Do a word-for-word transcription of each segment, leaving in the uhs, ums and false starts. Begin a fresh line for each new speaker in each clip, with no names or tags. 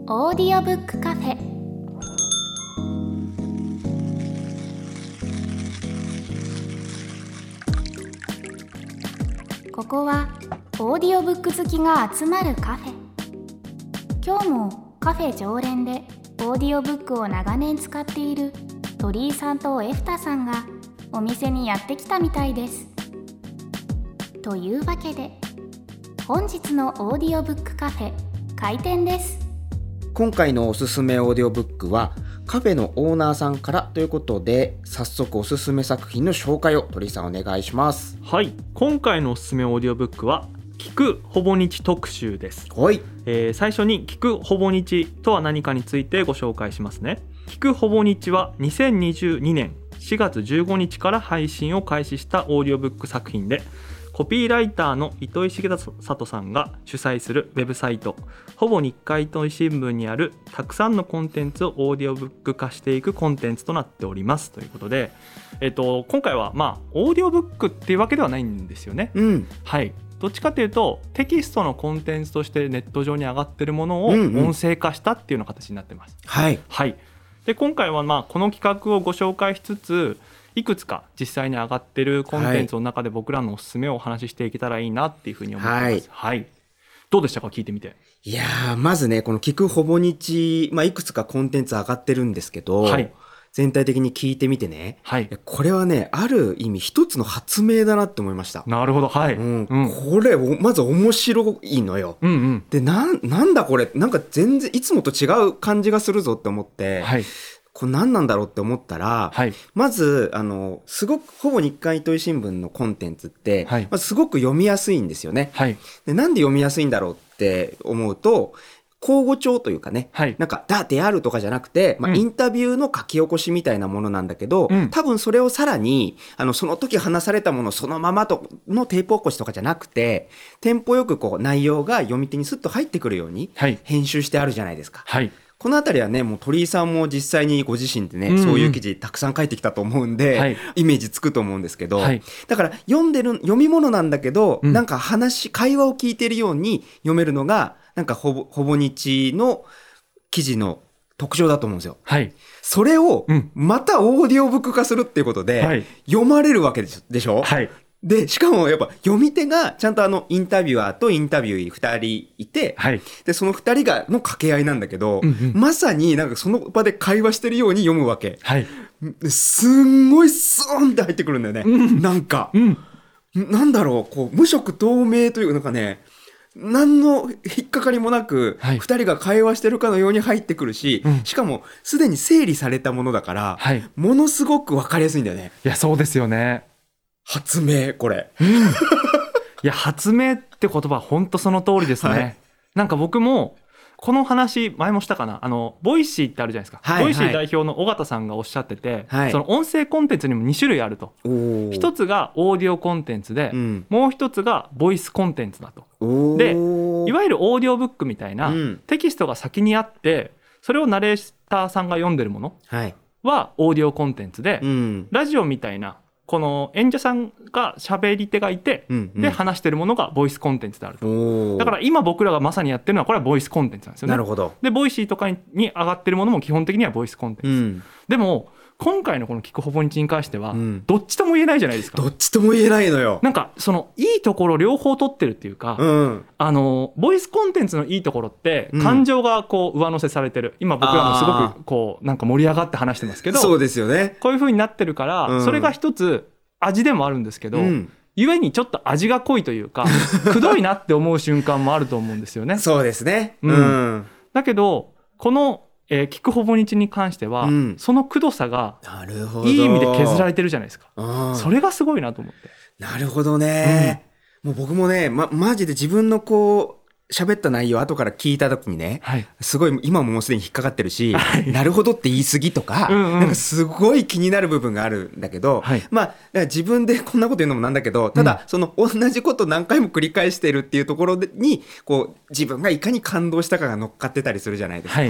オーディオブックカフェ。ここはオーディオブック好きが集まるカフェ。今日もカフェ常連でオーディオブックを長年使っている鳥居さんとエフタさんがお店にやってきたみたいです。というわけで本日のオーディオブックカフェ開店です。
今回のおすすめオーディオブックはカフェのオーナーさんからということで、早速おすすめ作品の紹介を鳥居さんお願いします。
はい、今回のおすすめオーディオブックは聞くほぼ日特集です。
はい、
えー、最初に聞くほぼ日とは何かについてご紹介しますね。聞くほぼ日はにせんにじゅうにねんしがつじゅうごにちから配信を開始したオーディオブック作品で、コピーライターの糸井重里さんが主催するウェブサイトほぼ日刊糸井新聞にあるたくさんのコンテンツをオーディオブック化していくコンテンツとなっておりますということで、えっと、今回はまあオーディオブックっていうわけではないんですよね、
うん、
はい、どっちかというとテキストのコンテンツとしてネット上に上がっているものを音声化したっていうような形になってます、
うんうん、はい、
はい、で今回はまあこの企画をご紹介しつつ、いくつか実際に上がっているコンテンツの中で僕らのおすすめをお話ししていけたらいいなっていうふうに思ってます、はいはい、どうでしたか、聞いてみて。
いやー、まずね、この聞くほぼ日、まあ、いくつかコンテンツ上がってるんですけど、はい、全体的に聞いてみてね、はい、これはね、ある意味一つの発明だなって思いました。
なるほど、はい、
うんうん、これまず面白いのよ、うんうん、でな、なんだこれ、なんか全然いつもと違う感じがするぞって思って、はい、これ何なんだろうって思ったら、はい、まずあのすごくほぼ日刊糸井新聞のコンテンツって、はい、まあ、すごく読みやすいんですよね、はい、でなんで読みやすいんだろうって思うと、口語調というかね、はい、なんかだであるとかじゃなくて、まあ、インタビューの書き起こしみたいなものなんだけど、うん、多分それをさらにあのその時話されたものそのままとのテープ起こしとかじゃなくて、テンポよくこう内容が読み手にスッと入ってくるように編集してあるじゃないですか、はい、このあたりはね、もう鳥居さんも実際にご自身でね、うんうん、そういう記事たくさん書いてきたと思うんで、はい、イメージつくと思うんですけど、はい、だから読んでる読み物なんだけど、うん、なんか話会話を聞いてるように読めるのがなんかほぼほぼ日の記事の特徴だと思うんですよ、はい、それをまたオーディオブック化するっていうことで、はい、読まれるわけでしょ、でしょ、はい、でしかもやっぱ読み手がちゃんとあのインタビュアーとインタビューふたりいて、はい、でそのふたりがの掛け合いなんだけど、うんうん、まさになんかその場で会話してるように読むわけ、はい、すんごいスーンって入ってくるんだよね、うん、なんか、うん、なんだろう、こう無色透明というか、なんかね、何の引っかかりもなくふたりが会話してるかのように入ってくるし、はい、しかもすでに整理されたものだから、はい、ものすごく分かりやすいんだよね。
いや、そうですよね。
発明、これ、うん、い
や発明って言葉本当その通りですね、はい、なんか僕もこの話前もしたかな、あのボイシーってあるじゃないですか、はいはい、ボイシー代表の尾形さんがおっしゃってて、はい、その音声コンテンツにもにしゅるいあると、一つがオーディオコンテンツで、うん、もう一つがボイスコンテンツだと。でいわゆるオーディオブックみたいな、うん、テキストが先にあってそれをナレーターさんが読んでるものはオーディオコンテンツで、うん、ラジオみたいなこの演者さんが喋り手がいて、うんうん、で話してるものがボイスコンテンツであると。だから今僕らがまさにやってるのはこれはボイスコンテンツなんですよね。
なるほど。
でボイシーとかに上がってるものも基本的にはボイスコンテンツ、うん、でも今回のこの聞くほぼ日に関しては、うん、どっちとも言えないじゃないですか。
どっちとも言えないのよ。
なんかそのいいところ両方取ってるっていうか、うん、あのボイスコンテンツのいいところって感情がこう上乗せされてる、うん、今僕らもすごくこうなんか盛り上がって話してますけど、
そうですよね、
こういう風になってるから、うん、それが一つ味でもあるんですけど、うん、ゆえにちょっと味が濃いというかくどいなって思う瞬間もあると思うんですよね。
そうですね、
うんうん、だけどこのえー、聞くほぼ日に関しては、うん、そのくどさがいい意味で削られてるじゃないですか。それがすごいなと思って。
なるほどね、うん、もう僕もね、ま、マジで自分のこう喋った内容後から聞いた時にね、はい、すごい今ももうすでに引っかかってるし、はい、なるほどって言い過ぎとか、うんうん、なんかすごい気になる部分があるんだけど、はい、まあ自分でこんなこと言うのもなんだけど、ただ、うん、その同じこと何回も繰り返してるっていうところにこう自分がいかに感動したかが乗っかってたりするじゃないですか、はい、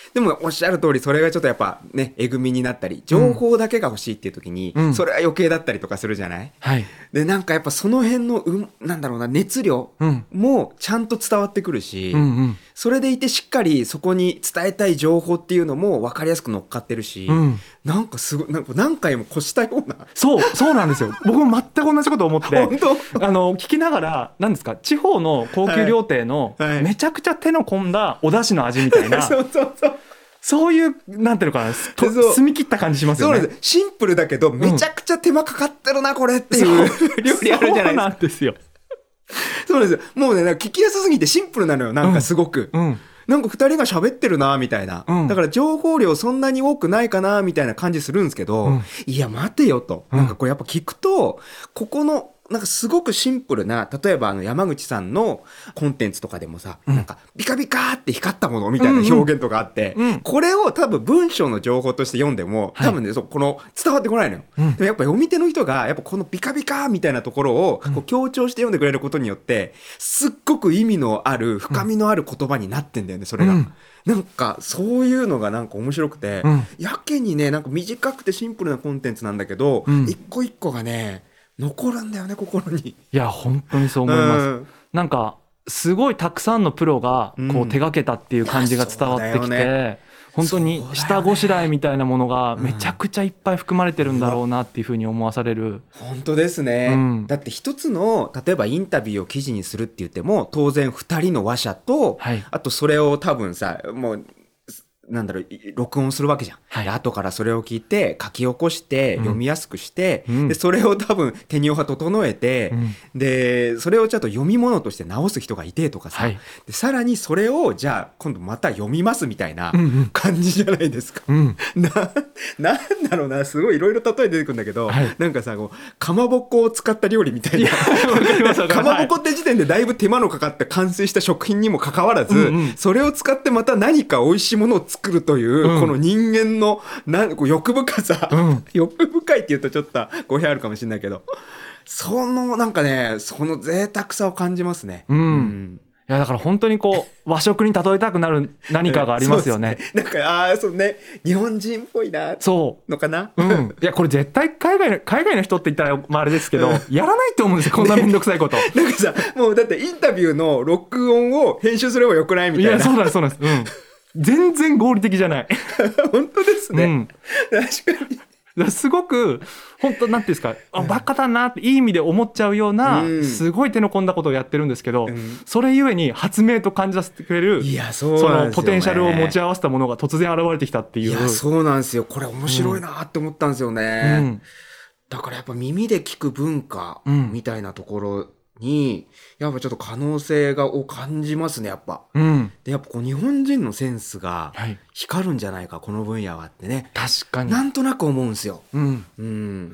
でもおっしゃる通りそれがちょっとやっぱねえぐみになったり情報だけが欲しいっていう時に、うん、それは余計だったりとかするじゃない、はい、でなんかやっぱその辺の、うん、なんだろうな熱量もちゃんと伝わってくるし、うんうん、それでいてしっかりそこに伝えたい情報っていうのも分かりやすく乗っかってるし、うん、なんかすごいなんか何回も越したような
そうそうなんですよ僕も全く同じこと思って本当あの聞きながら何ですか地方の高級料亭のめちゃくちゃ手の込んだお出汁の味みたいな、はいはい、そうそうそうそういうなんていうのかな澄み切った感じしますよね。
そうです。シンプルだけどめちゃくちゃ手間かかってるな、うん、これっていう料理あるじゃないですか。
そうなんですよ。
そうですよ。もうねなんか聞きやすすぎてシンプルなのよなんかすごく、うんうん、なんかふたりが喋ってるなみたいな、うん、だから情報量そんなに多くないかなみたいな感じするんですけど、うん、いや待てよと、うん、なんかこれやっぱ聞くとここのなんかすごくシンプルな例えばあの山口さんのコンテンツとかでもさ、うん、なんかビカビカって光ったものみたいな表現とかあって、うんうん、これを多分文章の情報として読んでも多分ね、はい、そうこの伝わってこないのよ、うん、でもやっぱ読み手の人がやっぱこのビカビカみたいなところをこう強調して読んでくれることによってすっごく意味のある深みのある言葉になってんだよねそれが、うん、なんかそういうのがなんか面白くて、うん、やけにねなんか短くてシンプルなコンテンツなんだけど、うん、一個一個がね残るんだよね心に。
いや本当にそう思います、うん、なんかすごいたくさんのプロがこう手掛けたっていう感じが伝わってきて、うんね、本当に下ごしらえみたいなものがめちゃくちゃいっぱい含まれてるんだろうなっていうふうに思わされる、うん、
本当ですね、うん、だって一つの例えばインタビューを記事にするって言っても当然ふたりの話者と、はい、あとそれを多分さもうなんだろう録音するわけじゃん、はい、後からそれを聞いて書き起こして読みやすくして、うん、でそれを多分手にオハ整えて、うん、でそれをちょっと読み物として直す人がいてとかさ、はい、でさらにそれをじゃあ今度また読みますみたいな感じじゃないですか、うんうん、な, なんだろうなすごいいろいろ例え出てくるんだけど、はい、なんかさこうかまぼこを使った料理みたいなかまぼこって時点でだいぶ手間のかかった完成した食品にもかかわらず、うんうん、それを使ってまた何か美味しいものを作るという、うん、この人間のなんこう欲深さ、うん、欲深いって言うとちょっと語弊あるかもしれないけどそのなんかねその贅沢さを感じますね、うんうん、
いやだから本当にこう和食に例えたくなる何かがありますよね
なんかあそうね日本人っぽいなのかな、
うん、いやこれ絶対海外の海外の人って言ったらまああれですけど、うん、やらないと思うんですよこんなめんどくさいこと、ね、
なんかさもうだってインタビューの録音を編集すればよくないみたいな。
いやそうなんですそうなんです、うん全然合理的じゃない
本当ですね、うん、確か
にすごく本当なんていうんですかあバカだなっていい意味で思っちゃうような、うん、すごい手の込んだことをやってるんですけど、うん、それゆえに発明と感じさせてくれる
いやそう
そのポテンシャルを持ち合わせたものが突然現れてきたっていう。
いやそうなんですよこれ面白いなって思ったんですよね、うん、だからやっぱ耳で聞く文化みたいなところにやっぱちょっと可能性がを感じますねやっぱ、うん、でやっぱこう日本人のセンスが光るんじゃないか、はい、この分野はってね
確かに
なんとなく思うんですよ、
うんうん、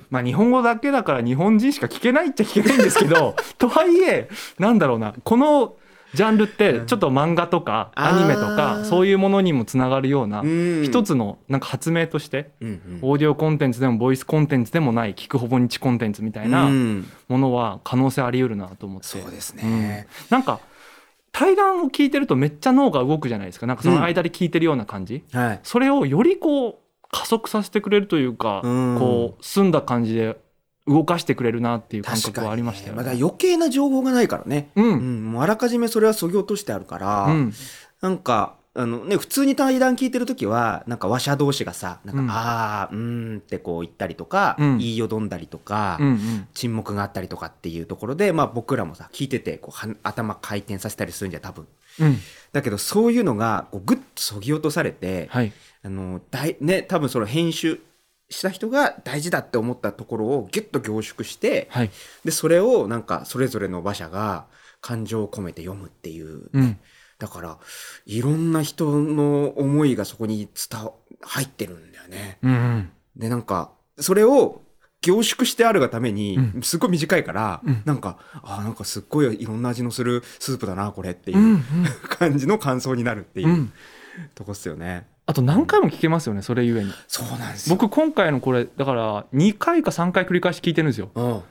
まあ日本語だけだから日本人しか聞けないっちゃ聞けないんですけどとはいえなんだろうなこのジャンルってちょっと漫画とかアニメとかそういうものにもつながるような一つのなんか発明としてオーディオコンテンツでもボイスコンテンツでもない聞くほぼ日コンテンツみたいなものは可能性あり得るなと思って。
そうですね、
うん、なんか対談を聞いてるとめっちゃ脳が動くじゃないですかなんかその間で聞いてるような感じ、うんはい、それをよりこう加速させてくれるというか、うん、こう澄んだ感じで動かしてくれるなっていう感覚はありましたよね。
まだ余計な情報がないからね、うんうん、もうあらかじめそれはそぎ落としてあるから、うん、なんかあの、ね、普通に対談聞いてるときはなんか話者同士がさなんか、うん、あーうーんってこう言ったりとか、うん、言いよどんだりとか、うんうん、沈黙があったりとかっていうところで、まあ、僕らもさ聞いててこうは頭回転させたりするんじゃ多分、うん、だけどそういうのがこうグッとそぎ落とされて、はいあのだいね、多分その編集した人が大事だって思ったところをギュッと凝縮して、はい、でそれをなんかそれぞれの話者が感情を込めて読むっていう、ねうん、だからいろんな人の思いがそこに伝わ入ってるんだよね、うんうん、でなんかそれを凝縮してあるがために、うん、すっごい短いから、うん、なんかあなんかすっごいいろんな味のするスープだなこれっていう、うんうん、感じの感想になるっていう、うん、とこっすよね。
あと何回も聞けますよねそれゆえに。
そうなんですよ。
僕今回のこれだからにかいかさんかい繰り返し聞いてるんですよ、うん、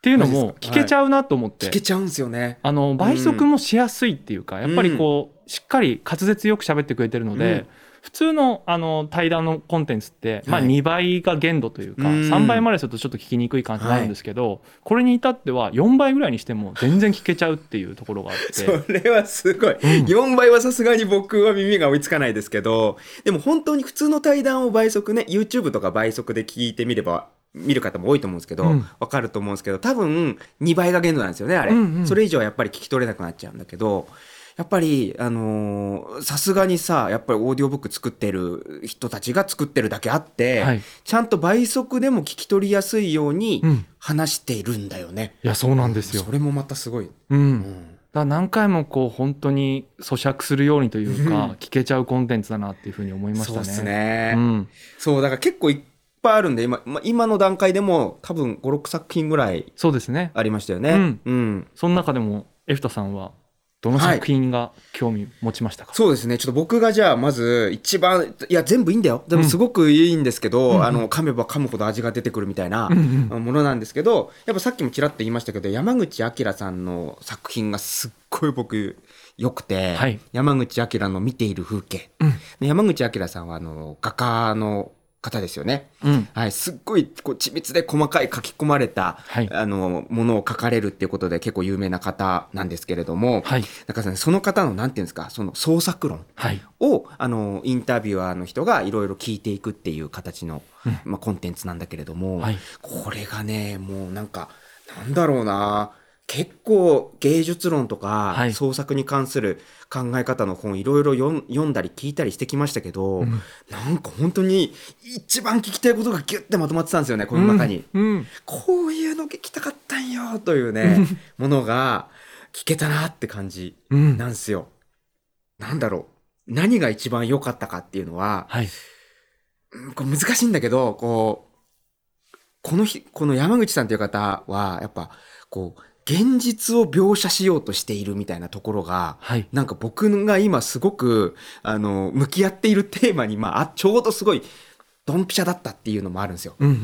っていうのも聞けちゃうなと思って、
はい、聞けちゃうんですよね。
あの倍速もしやすいっていうか、うん、やっぱりこうしっかり滑舌よく喋ってくれてるので、うん、普通 の, あの対談のコンテンツって、まあ、にばいが限度というか、はい、さんばいまでするとちょっと聞きにくい感じになるんですけど、はい、これに至ってはよんばいぐらいにしても全然聞けちゃうっていうところがあって
それはすごい、うん、よんばいはさすがに僕は耳が追いつかないですけど、でも本当に普通の対談を倍速ね YouTube とか倍速で聞いてみれば見る方も多いと思うんですけど、うん、分かると思うんですけど、多分にばいが限度なんですよねあれ、うんうん、それ以上はやっぱり聞き取れなくなっちゃうんだけど、やっぱりあのー、さすがにさやっぱりオーディオブック作ってる人たちが作ってるだけあって、はい、ちゃんと倍速でも聞き取りやすいように話しているんだよね、
うん、いやそうなんですよ。
それもまたすごい、
うんうん、だから何回もこう本当に咀嚼するようにというか、うん、聞けちゃうコンテンツだなっていうふうに思いましたね。
そうですね、うん、そうだから結構いっぱいあるんで 今, 今の段階でも多分ご、ろくさく品ぐらいありましたよね。そうですね、うんうん、
その中でもエフタさんはどの作品が興味持ちましたか？
はい、そうですね、ちょっと僕がじゃあまず一番、いや全部いいんだよ、でもすごくいいんですけど、うん、あの噛めば噛むほど味が出てくるみたいなものなんですけど、やっぱさっきもちらっと言いましたけど山口晃さんの作品がすっごい僕良くて、はい、山口晃の見ている風景、うん、山口晃さんはあの画家の方ですよね、うんはい、すっごいこう緻密で細かい書き込まれた、はい、あのものを書かれるっていうことで結構有名な方なんですけれども、はい、だから、ね、その方のなんていうんですか、その創作論を、はい、あのインタビュアーの人がいろいろ聞いていくっていう形の、うんまあ、コンテンツなんだけれども、はい、これがねもうなんかなんだろうな、結構芸術論とか創作に関する考え方の本いろいろ読んだり聞いたりしてきましたけど、うん、なんか本当に一番聞きたいことがギュッてまとまってたんですよねこの中に、うんうん、こういうの聞きたかったんよというねものが聞けたなって感じなんですよ、うん、なんだろう、何が一番良かったかっていうのは、はい、これ難しいんだけど、こうこの日この山口さんという方はやっぱこう現実を描写しようとしているみたいなところが、はい、なんか僕が今すごくあの向き合っているテーマに、まあ、ちょうどすごいドンピシャだったっていうのもあるんですよ、うんうんうん、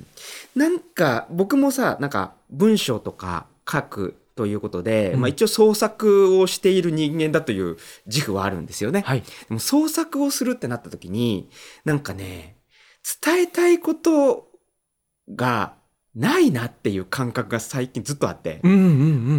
なんか僕もさなんか文章とか書くということで、うんまあ、一応創作をしている人間だという自負はあるんですよね、はい、でも創作をするってなった時になんかね伝えたいことがないなっていう感覚が最近ずっとあって、うんうんうん、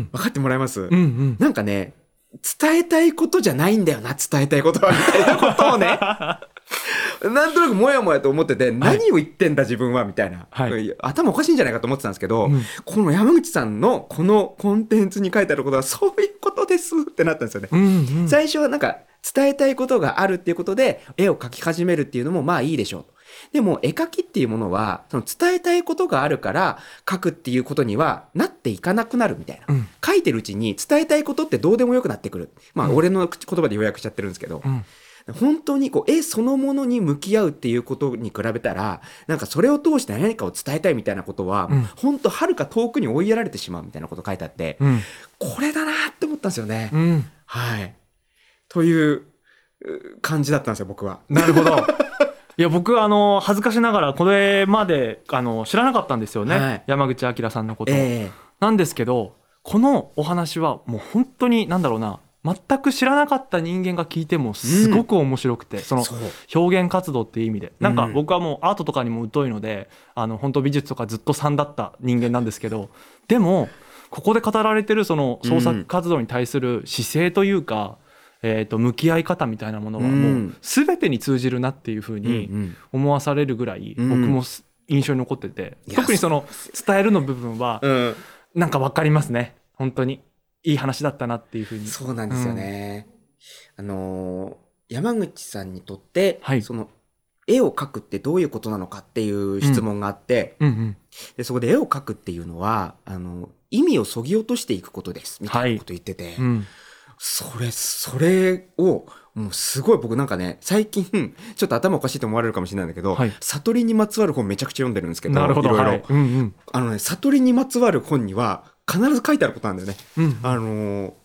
分かってもらえます、うんうん、なんかね伝えたいことじゃないんだよな伝えたいことはみたいなことをねなんとなくもやもやと思ってて、はい、何を言ってんだ自分はみたいな、はい、頭おかしいんじゃないかと思ってたんですけど、うん、この山口さんのこのコンテンツに書いてあることはそういうことですってなったんですよね、うんうん、最初はなんか伝えたいことがあるっていうことで絵を描き始めるっていうのもまあいいでしょう。でも絵描きっていうものはその伝えたいことがあるから描くっていうことにはなっていかなくなるみたいな、うん、書いてるうちに伝えたいことってどうでもよくなってくる、まあ、うん、俺の言葉で要約しちゃってるんですけど、うん、本当にこう絵そのものに向き合うっていうことに比べたらなんかそれを通して何かを伝えたいみたいなことは、うん、本当はるか遠くに追いやられてしまうみたいなこと書いてあって、うん、これだなって思ったんですよね、うん、はいという感じだったんですよ僕は。
なるほどいや僕はあの恥ずかしながらこれまであの知らなかったんですよね、はい、山口晃さんのこと、えー、なんですけどこのお話はもう本当に何だろうな全く知らなかった人間が聞いてもすごく面白くて、うん、その表現活動っていう意味でなんか僕はもうアートとかにも疎いのであの本当美術とかずっとさんだった人間なんですけどでもここで語られてるその創作活動に対する姿勢というか、えー、と向き合い方みたいなものはもう全てに通じるなっていうふうに思わされるぐらい僕も印象に残ってて、特にその伝えるの部分はなんか分かりますね。本当にいい話だったなっていうふうに。
そうなんですよね、うん、あのー、山口さんにとって、はい、その絵を描くってどういうことなのかっていう質問があって、うんうんうん、でそこで絵を描くっていうのはあの意味をそぎ落としていくことですみたいなこと言ってて、はい、うん、それそれをもうすごい僕なんかね最近ちょっと頭おかしいと思われるかもしれないんだけど、はい、悟りにまつわる本めちゃくちゃ読んでるんですけど、
なるほど、
いろいろ、
はい、うんうん、
あのね悟りにまつわる本には必ず書いてあることなんだよね、うん、あの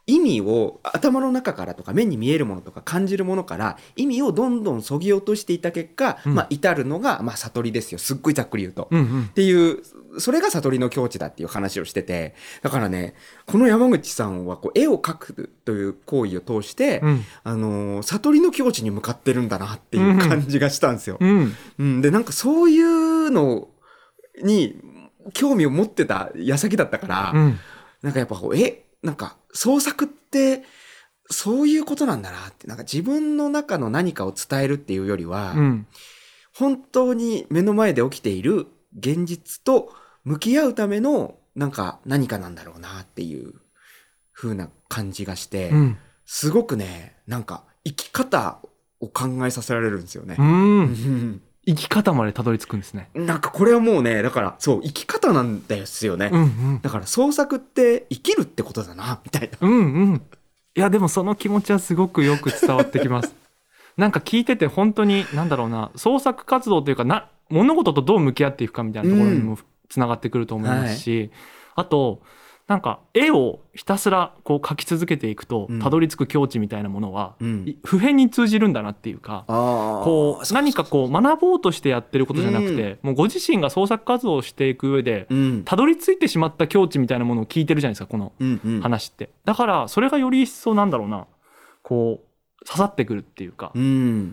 意味を頭の中からとか目に見えるものとか感じるものから意味をどんどんそぎ落としていった結果、うん、まあ、至るのが、まあ、悟りですよ。すっごいざっくり言うと、うんうん、っていうそれが悟りの境地だっていう話をしてて、だからねこの山口さんはこう絵を描くという行為を通して、うん、あのー、悟りの境地に向かってるんだなっていう感じがしたんですよ、うんうん、でなんかそういうのに興味を持ってた矢先だったから、うん、なんかやっぱこうえなんか創作ってそういうことなんだなって、なんか自分の中の何かを伝えるっていうよりは、うん、本当に目の前で起きている現実と向き合うためのなんか何かなんだろうなっていう風な感じがして、うん、すごくねなんか生き方を考えさせられるんですよね。
うん生き方までたどり着くんですね。
なんかこれはもうねだからそう生き方なんですよね、うんうん、だから創作って生きるってことだなみたいな。
うんうんいやでもその気持ちはすごくよく伝わってきますなんか聞いてて本当に何だろうな創作活動というかな物事とどう向き合っていくかみたいなところにもつながってくると思いますし、うんはい、あとなんか絵をひたすらこう描き続けていくとたどり着く境地みたいなものは、うん、普遍に通じるんだなっていうか、こう何かこう学ぼうとしてやってることじゃなくて、うん、もうご自身が創作活動をしていく上で、うん、たどり着いてしまった境地みたいなものを聞いてるじゃないですかこの話って、うんうん、だからそれがより一層なんだろうなこう刺さってくるっていうか、うん、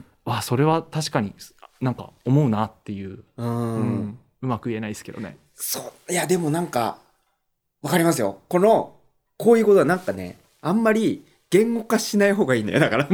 わそれは確かになんか思うなっていう、うんうん、うまく言えないですけどね。
そういやでもなんかわかりますよ。このこういうことはなんかねあんまり言語化しない方がいいんだよだから、うん、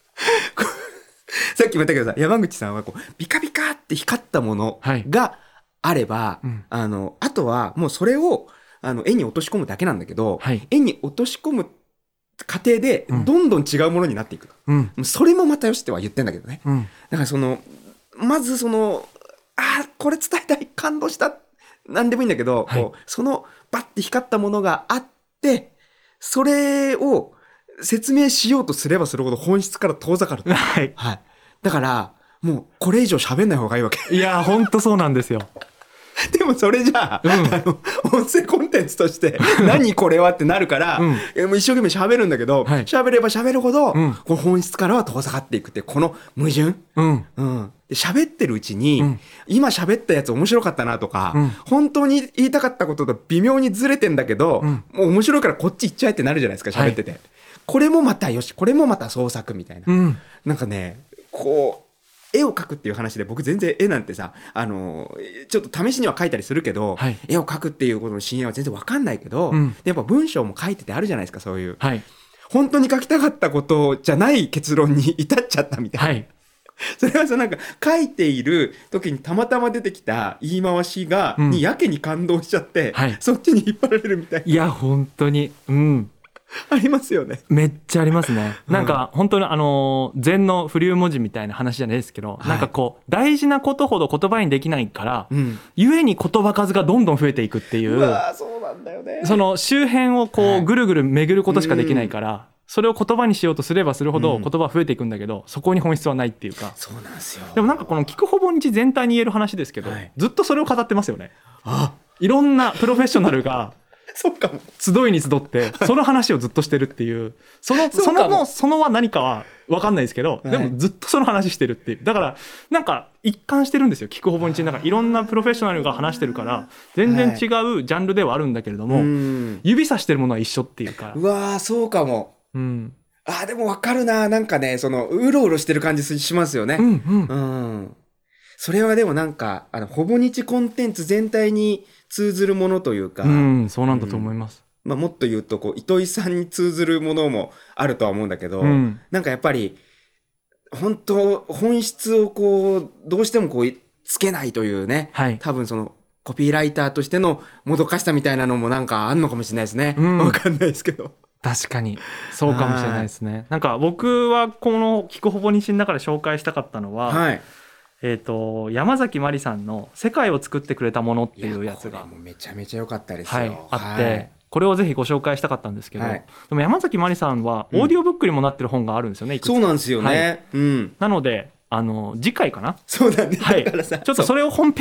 さっきも言ったけどさ山口さんはこうビカビカって光ったものがあれば、はいうん、あのあとはもうそれをあの絵に落とし込むだけなんだけど、はい、絵に落とし込む過程でどんどん違うものになっていく、うん、それもまたよしっては言ってんだけどね、うん、だからそのまずそのあこれ伝えたい感動したなんでもいいんだけど、はい、こうそのバッて光ったものがあってそれを説明しようとすればするほど本質から遠ざかる、はいはい、だからもうこれ以上喋んない方がいいわけ。
いやほんとそうなんですよ
でもそれじゃあ、うん、あの音声コンテンツとして何これはってなるから、うん、もう一生懸命喋るんだけど喋、はい、れば喋るほど、うん、この本質からは遠ざかっていくってこの矛盾、うんうん、で喋ってるうちに、うん、今喋ったやつ面白かったなとか、うん、本当に言いたかったことと微妙にずれてんだけど、うん、もう面白いからこっち行っちゃえってなるじゃないですか喋ってて、はい、これもまたよしこれもまた創作みたいな、うん、なんかねこう絵を描くっていう話で僕全然絵なんてさあのちょっと試しには描いたりするけど、はい、絵を描くっていうことの深淵は全然分かんないけど、うん、やっぱ文章も書いててあるじゃないですかそういう、はい、本当に書きたかったことじゃない結論に至っちゃったみたいな、はい、それはさなんか書いている時にたまたま出てきた言い回しが、うん、にやけに感動しちゃって、はい、そっちに引っ張られるみたいな。
いや本当にうん
ありますよね。
めっちゃありますね。なんか本当にあの禅の浮流文字みたいな話じゃないですけど、はい、なんかこう大事なことほど言葉にできないから、うん、故に言葉数がどんどん増えていくっていう、う
わそうなんだよね。
その周辺をこうぐるぐる巡ることしかできないから、はい、それを言葉にしようとすればするほど言葉は増えていくんだけど、うん、そこに本質はないっていうか。
そうなんですよ。
でもなんかこの聞くほぼ日全体に言える話ですけど、はい、ずっとそれを語ってますよね。あいろんなプロフェッショナルが
そうかも
集いに集ってその話をずっとしてるっていうそのそののそのは何かは分かんないですけど、はい、でもずっとその話してるっていうだからなんか一貫してるんですよ聞くほぼ日なんかいろんなプロフェッショナルが話してるから全然違うジャンルではあるんだけれども、はい、指さしてるものは一緒っていうか。
うわーそうかも、うん、あでも分かるななんかねそのうろうろしてる感じしますよね、うんうんうん、それはでもなんかあのほぼ日コンテンツ全体に通ずるものというか、
うん、そうなんだと思います、
うんまあ、もっと言うとこう糸井さんに通ずるものもあるとは思うんだけど、うん、なんかやっぱり本当本質をこうどうしてもこうつけないというね、はい、多分そのコピーライターとしてのもどかしさみたいなのもなんかあんのかもしれないですね、うん、わかんないですけど
確かにそうかもしれないですね。なんか僕はこの聞くほぼ日の中で紹介したかったのは、はいえー、と山崎まりさんの世界を作ってくれたものっていうやつが
これもめちゃめちゃ良かったですよ、
はい、あって、はい、これをぜひご紹介したかったんですけど、はい、でも山崎まりさんはオーディオブックにもなってる本があるんですよね、うん、いくつか。
そうなんですよね、はいうん、
なのであの次回かな
そうだね、
はい、だからさちょっとそれを本編で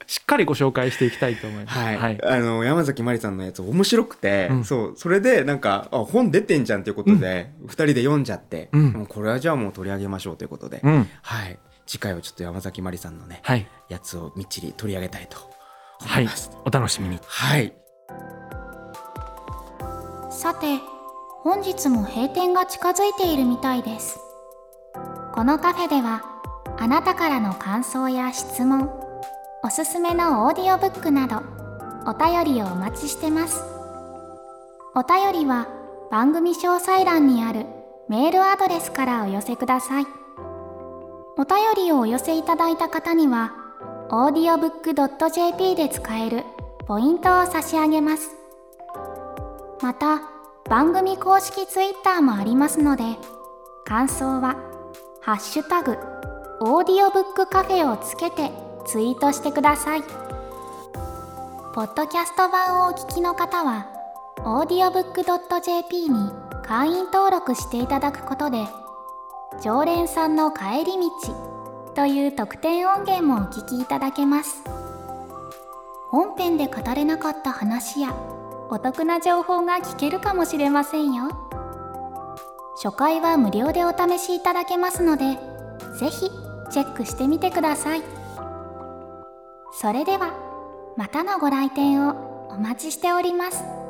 しっかりご紹介していきたいと思います。
はい、はい、あの山崎まりさんのやつ面白くて、うん、そうそれでなんかあ本出てんじゃんということで、うん、ふたりで読んじゃって、うん、もうこれはじゃあもう取り上げましょうということで、うん、はい、次回はちょっと山崎まりさんのね、はい、やつをみっちり取り上げたいと思います。
はい、お楽しみに。
はい。
さて本日も閉店が近づいているみたいです。このカフェではあなたからの感想や質問、おすすめのオーディオブックなどお便りをお待ちしてます。お便りは番組詳細欄にあるメールアドレスからお寄せください。お便りをお寄せいただいた方には オーディオブックドットジェーピー で使えるポイントを差し上げます。また番組公式ツイッターもありますので、感想はハッシュタグオーディオブックカフェをつけてツイートしてください。ポッドキャスト版をお聞きの方は オーディオブックドットジェーピー に会員登録していただくことで、常連さんの帰り道という特典音源もお聞きいただけます。本編で語れなかった話やお得な情報が聞けるかもしれませんよ。初回は無料でお試しいただけますので、ぜひチェックしてみてください。それではまたのご来店をお待ちしております。